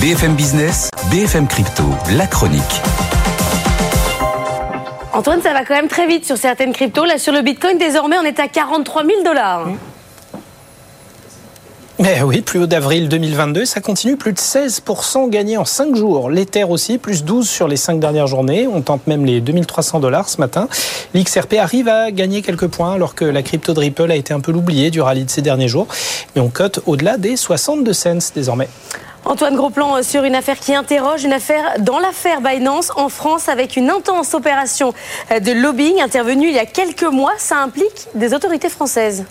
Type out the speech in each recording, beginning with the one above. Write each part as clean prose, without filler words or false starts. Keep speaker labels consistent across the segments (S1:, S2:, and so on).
S1: BFM Business, BFM Crypto, la chronique.
S2: Antoine, ça va quand même très vite sur certaines cryptos. Là, sur le Bitcoin, désormais, on est à 43 000 $.
S3: Mais oui, plus haut d'avril 2022, ça continue, plus de 16% gagnés en 5 jours. L'Ether aussi, plus 12 sur les 5 dernières journées. On tente même les 2300 $ ce matin. L'XRP arrive à gagner quelques points alors que la crypto de Ripple a été un peu l'oubliée du rallye de ces derniers jours. Mais on cote au-delà des 62 cents désormais.
S2: Antoine, gros plan sur une affaire qui interroge, une affaire dans l'affaire Binance en France avec une intense opération de lobbying intervenue il y a quelques mois. Ça implique des autorités françaises.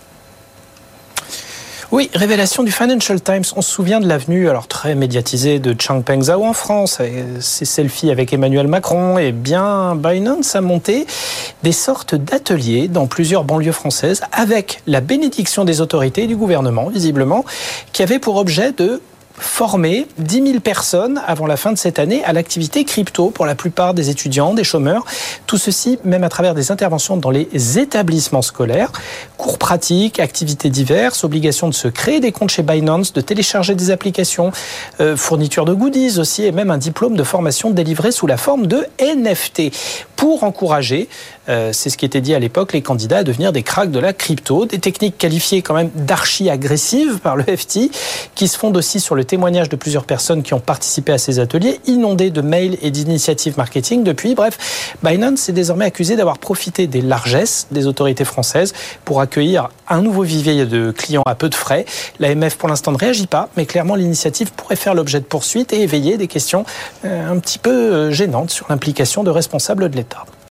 S3: Oui, révélation du Financial Times. On se souvient de l'avenue alors très médiatisée de Changpeng Zhao en France, ses selfies avec Emmanuel Macron, et bien Binance a monté des sortes d'ateliers dans plusieurs banlieues françaises avec la bénédiction des autorités et du gouvernement, visiblement, qui avait pour objet de former 10 000 personnes avant la fin de cette année à l'activité crypto pour la plupart des étudiants, des chômeurs. Tout ceci, même à travers des interventions dans les établissements scolaires, cours pratiques, activités diverses, obligation de se créer des comptes chez Binance, de télécharger des applications, fourniture de goodies aussi, et même un diplôme de formation délivré sous la forme de NFT pour encourager, c'est ce qui était dit à l'époque, les candidats à devenir des cracks de la crypto. Des techniques qualifiées quand même d'archi-agressives par le FT, qui se fondent aussi sur le témoignage de plusieurs personnes qui ont participé à ces ateliers, inondés de mails et d'initiatives marketing depuis. Bref, Binance est désormais accusé d'avoir profité des largesses des autorités françaises pour accueillir un nouveau vivier de clients à peu de frais. L'AMF pour l'instant ne réagit pas, mais clairement l'initiative pourrait faire l'objet de poursuites et éveiller des questions un petit peu gênantes sur l'implication de responsables de l'État.